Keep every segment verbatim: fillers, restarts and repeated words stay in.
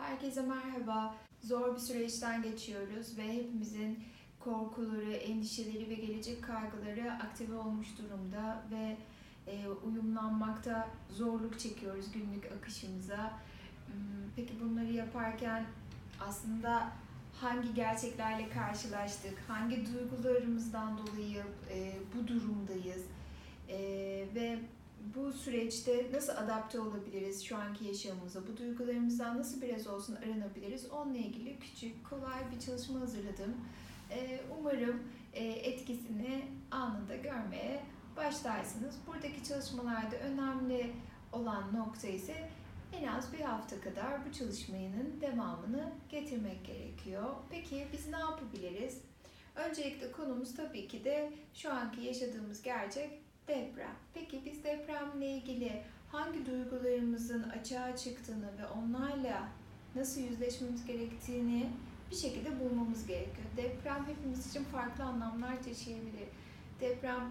Herkese merhaba. Zor bir süreçten geçiyoruz ve hepimizin korkuları, endişeleri ve gelecek kaygıları aktive olmuş durumda ve e, uyumlanmakta zorluk çekiyoruz günlük akışımıza. Peki bunları yaparken aslında hangi gerçeklerle karşılaştık, hangi duygularımızdan dolayı e, bu durumdayız e, ve bu süreçte nasıl adapte olabiliriz şu anki yaşamımıza, bu duygularımızdan nasıl biraz olsun arınabiliriz? Onunla ilgili küçük, kolay bir çalışma hazırladım. Ee, umarım e, etkisini anında görmeye başlarsınız. Buradaki çalışmalarda önemli olan nokta ise en az bir hafta kadar bu çalışmanın devamını getirmek gerekiyor. Peki biz ne yapabiliriz? Öncelikle konumuz tabii ki de şu anki yaşadığımız gerçek deprem. Peki biz depremle ilgili hangi duygularımızın açığa çıktığını ve onlarla nasıl yüzleşmemiz gerektiğini bir şekilde bulmamız gerekiyor. Deprem hepimiz için farklı anlamlar taşıyabilir. Deprem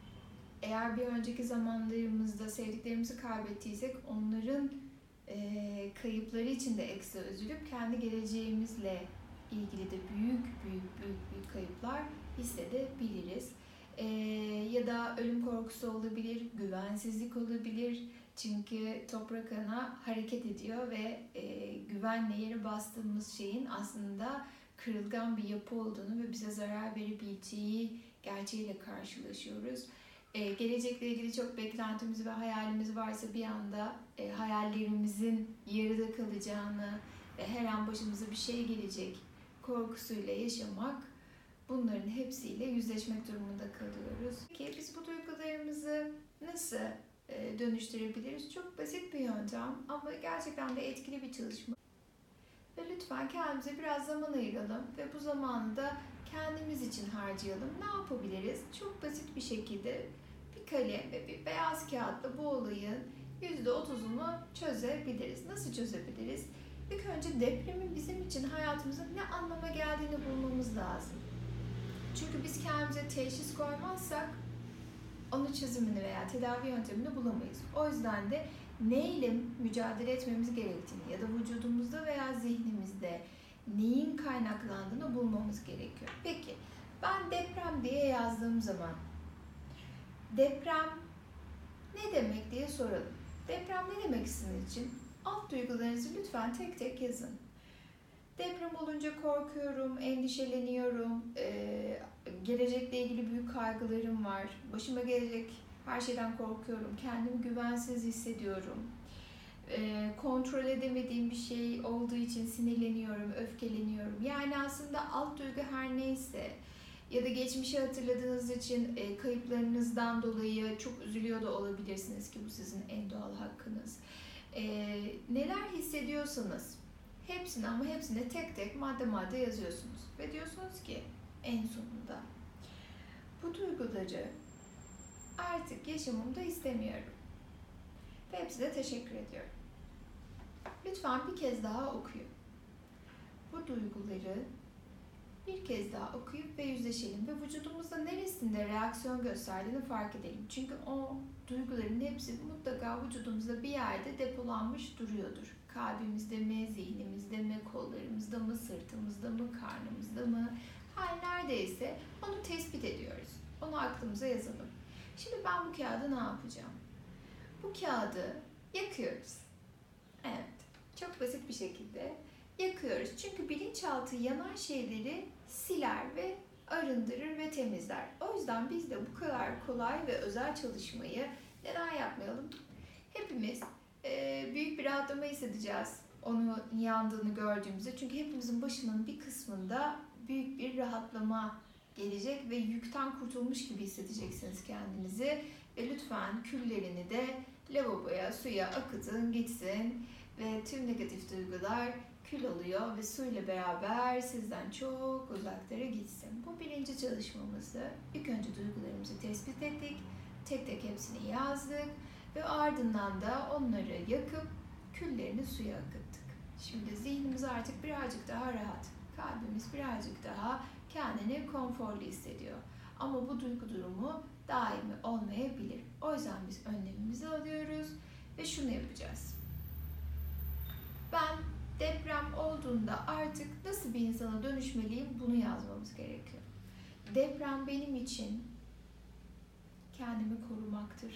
eğer bir önceki zamanlarımızda sevdiklerimizi kaybettiysek onların e, kayıpları için de ekstra üzülüp kendi geleceğimizle ilgili de büyük büyük büyük büyük kayıplar hissedebiliriz. Ee, ya da ölüm korkusu olabilir, güvensizlik olabilir. Çünkü toprak ana hareket ediyor ve e, güvenle yere bastığımız şeyin aslında kırılgan bir yapı olduğunu ve bize zarar verebileceği gerçeğiyle karşılaşıyoruz. E, gelecekle ilgili çok beklentimiz ve hayalimiz varsa bir anda e, hayallerimizin yarıda kalacağını ve her an başımıza bir şey gelecek korkusuyla yaşamak, bunların hepsiyle yüzleşmek durumunda kalıyoruz. Peki biz bu duygularımızı nasıl dönüştürebiliriz? Çok basit bir yöntem ama gerçekten de etkili bir çalışma. Ve lütfen kendimize biraz zaman ayıralım ve bu zamanı da kendimiz için harcayalım. Ne yapabiliriz? Çok basit bir şekilde bir kalem ve bir beyaz kağıtla bu olayın yüzde otuzunu çözebiliriz. Nasıl çözebiliriz? İlk önce depremin bizim için hayatımızın ne anlama geldiğini bulmamız lazım. Çünkü biz kendimize teşhis koymazsak onun çözümünü veya tedavi yöntemini bulamayız. O yüzden de neyle mücadele etmemiz gerektiğini ya da vücudumuzda veya zihnimizde neyin kaynaklandığını bulmamız gerekiyor. Peki ben deprem diye yazdığım zaman deprem ne demek diye soralım. Deprem ne demek sizin için? Alt duygularınızı lütfen tek tek yazın. Deprem olunca korkuyorum, endişeleniyorum, ee, gelecekle ilgili büyük kaygılarım var, başıma gelecek her şeyden korkuyorum, kendimi güvensiz hissediyorum, ee, kontrol edemediğim bir şey olduğu için sinirleniyorum, öfkeleniyorum. Yani aslında alt duygu her neyse ya da geçmişi hatırladığınız için e, kayıplarınızdan dolayı çok üzülüyor da olabilirsiniz ki bu sizin en doğal hakkınız. Ee, neler hissediyorsanız hepsini ama hepsini tek tek madde madde yazıyorsunuz. Ve diyorsunuz ki en sonunda bu duyguları artık yaşamımda istemiyorum. Ve hepsine teşekkür ediyorum. Lütfen bir kez daha okuyun. Bu duyguları bir kez daha okuyup ve yüzleşelim. Ve vücudumuzda neresinde reaksiyon gösterdiğini fark edelim. Çünkü o duyguların hepsi mutlaka vücudumuzda bir yerde depolanmış duruyordur. Kalbimizde mi, zihnimizde mi, kollarımızda mı, sırtımızda mı, karnımızda mı? Her neredeyse onu tespit ediyoruz. Onu aklımıza yazalım. Şimdi ben bu kağıdı ne yapacağım? Bu kağıdı yakıyoruz. Evet, çok basit bir şekilde yakıyoruz. Çünkü bilinçaltı yanan şeyleri siler ve arındırır ve temizler. O yüzden biz de bu kadar kolay ve özel çalışmayı neden yapmayalım? Hepimiz e, büyük bir rahatlama hissedeceğiz onu yandığını gördüğümüzde. Çünkü hepimizin başının bir kısmında büyük bir rahatlama gelecek ve yükten kurtulmuş gibi hissedeceksiniz kendinizi. Ve lütfen küllerini de lavaboya, suya akıtın, gitsin ve tüm negatif duygular kül oluyor ve suyla beraber sizden çok uzaklara gitsin. Bu birinci çalışmamızdı. İlk önce duygularımızı tespit ettik. Tek tek hepsini yazdık ve ardından da onları yakıp küllerini suya akıttık. Şimdi zihnimiz artık birazcık daha rahat. Kalbimiz birazcık daha kendini konforlu hissediyor. Ama bu duygu durumu daimi olmayabilir. O yüzden biz önlemimizi alıyoruz ve şunu yapacağız. Ben deprem olduğunda artık nasıl bir insana dönüşmeliyim, bunu yazmamız gerekiyor. Deprem benim için kendimi korumaktır.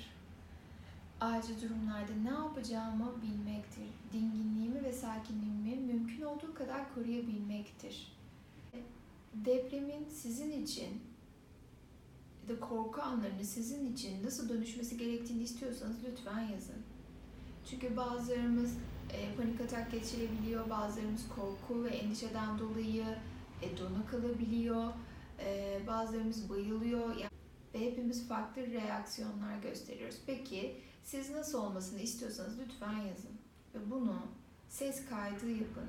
Acil durumlarda ne yapacağımı bilmektir. Dinginliğimi ve sakinliğimi mümkün olduğu kadar koruyabilmektir. Depremin sizin için ya da korku anlarının sizin için nasıl dönüşmesi gerektiğini istiyorsanız lütfen yazın. Çünkü bazılarımız e, panik atak geçirebiliyor, bazılarımız korku ve endişeden dolayı e, dona kalabiliyor, e, bazılarımız bayılıyor yani, ve hepimiz farklı reaksiyonlar gösteriyoruz. Peki siz nasıl olmasını istiyorsanız lütfen yazın ve bunu ses kaydı yapın.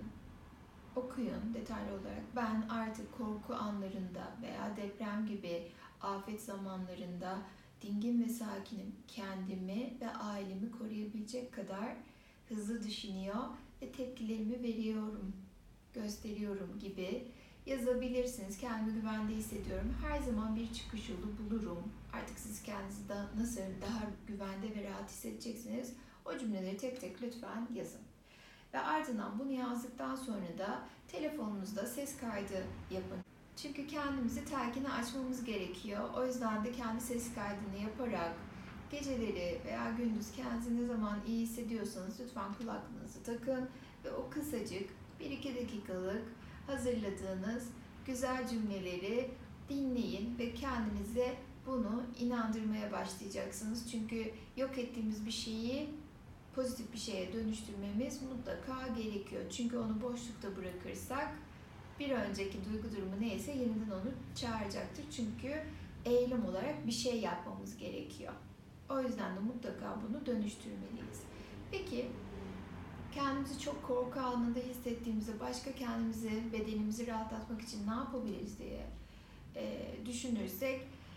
Okuyun detaylı olarak. Ben artık korku anlarında veya deprem gibi afet zamanlarında dingin ve sakinim. Kendimi ve ailemi koruyabilecek kadar hızlı düşünüyor ve tepkilerimi veriyorum, gösteriyorum gibi yazabilirsiniz. Kendimi güvende hissediyorum. Her zaman bir çıkış yolu bulurum. Artık siz kendinizi de nasıl daha güvende ve rahat hissedeceksiniz. O cümleleri tek tek lütfen yazın. Ve ardından bunu yazdıktan sonra da telefonunuzda ses kaydı yapın. Çünkü kendimizi telkini açmamız gerekiyor. O yüzden de kendi ses kaydını yaparak geceleri veya gündüz kendinizi ne zaman iyi hissediyorsanız lütfen kulaklığınızı takın ve o kısacık bir iki dakikalık hazırladığınız güzel cümleleri dinleyin ve kendinize bunu inandırmaya başlayacaksınız. Çünkü yok ettiğimiz bir şeyi pozitif bir şeye dönüştürmemiz mutlaka gerekiyor. Çünkü onu boşlukta bırakırsak bir önceki duygu durumu neyse yeniden onu çağıracaktır. Çünkü eylem olarak bir şey yapmamız gerekiyor. O yüzden de mutlaka bunu dönüştürmeliyiz. Peki kendimizi çok korku anında hissettiğimizde başka kendimizi, bedenimizi rahatlatmak için ne yapabiliriz diye e, düşünürsek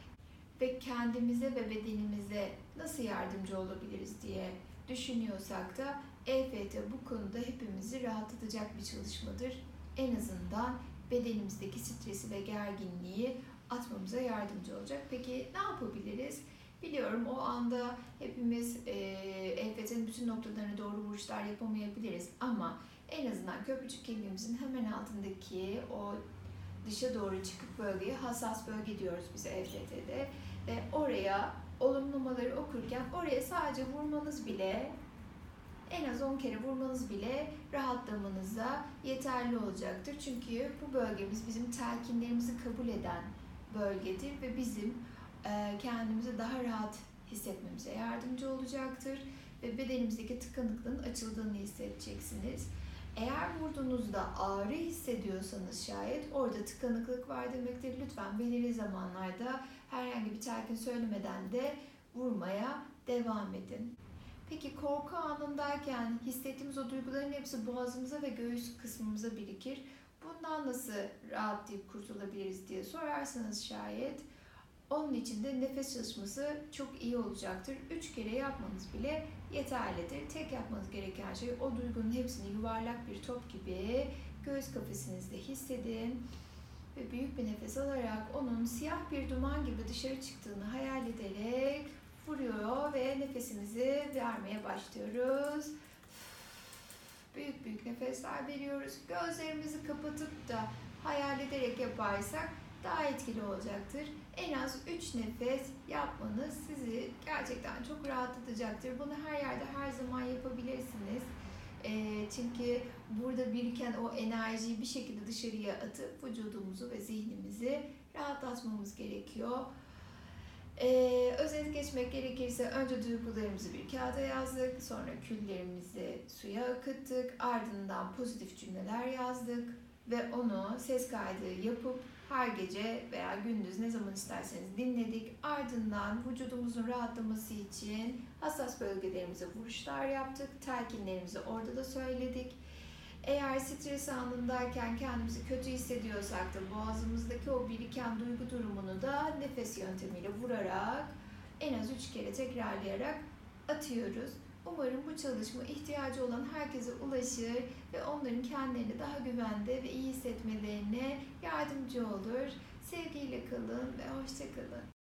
ve kendimize ve bedenimize nasıl yardımcı olabiliriz diye düşünüyorsak da E F T bu konuda hepimizi rahatlatacak bir çalışmadır. En azından bedenimizdeki stresi ve gerginliği atmamıza yardımcı olacak. Peki ne yapabiliriz? Biliyorum o anda hepimiz E F T'nin bütün noktalarına doğru vuruşlar yapamayabiliriz ama en azından köprücük kemiğimizin hemen altındaki o dışa doğru çıkık bölgeye hassas bölge diyoruz biz E F T'de ve oraya olumlamaları okurken oraya sadece vurmanız bile, en az on kere vurmanız bile rahatlamanıza yeterli olacaktır. Çünkü bu bölgemiz bizim telkinlerimizi kabul eden bölgedir ve bizim kendimizi daha rahat hissetmemize yardımcı olacaktır ve bedenimizdeki tıkanıklığın açıldığını hissedeceksiniz. Eğer vurduğunuzda ağrı hissediyorsanız şayet orada tıkanıklık var demektir. Lütfen belirli zamanlarda herhangi bir telkin söylemeden de vurmaya devam edin. Peki korku anındayken hissettiğimiz o duyguların hepsi boğazımıza ve göğüs kısmımıza birikir. Bundan nasıl rahatlayıp kurtulabiliriz diye sorarsanız şayet onun için de nefes çalışması çok iyi olacaktır. Üç kere yapmanız bile yeterlidir. Tek yapmanız gereken şey o duygunun hepsini yuvarlak bir top gibi göğüs kafesinizde hissedin. Ve büyük bir nefes alarak onun siyah bir duman gibi dışarı çıktığını hayal ederek vuruyor ve nefesimizi vermeye başlıyoruz. Büyük büyük nefesler veriyoruz. Gözlerimizi kapatıp da hayal ederek yaparsak daha etkili olacaktır. En az üç nefes yapmanız sizi gerçekten çok rahatlatacaktır. Bunu her yerde her zaman yapabilirsiniz. E, çünkü burada biriken o enerjiyi bir şekilde dışarıya atıp vücudumuzu ve zihnimizi rahatlatmamız gerekiyor. Ee, özet geçmek gerekirse önce duygularımızı bir kağıda yazdık, sonra küllerimizi suya akıttık, ardından pozitif cümleler yazdık ve onu ses kaydı yapıp her gece veya gündüz ne zaman isterseniz dinledik. Ardından vücudumuzun rahatlaması için hassas bölgelerimize vuruşlar yaptık, telkinlerimizi orada da söyledik. Eğer stres anındayken kendimizi kötü hissediyorsak da boğazımızdaki o biriken duygu durumunu da nefes yöntemiyle vurarak en az üç kere tekrarlayarak atıyoruz. Umarım bu çalışma ihtiyacı olan herkese ulaşır ve onların kendilerini daha güvende ve iyi hissetmelerine yardımcı olur. Sevgiyle kalın ve hoşça kalın.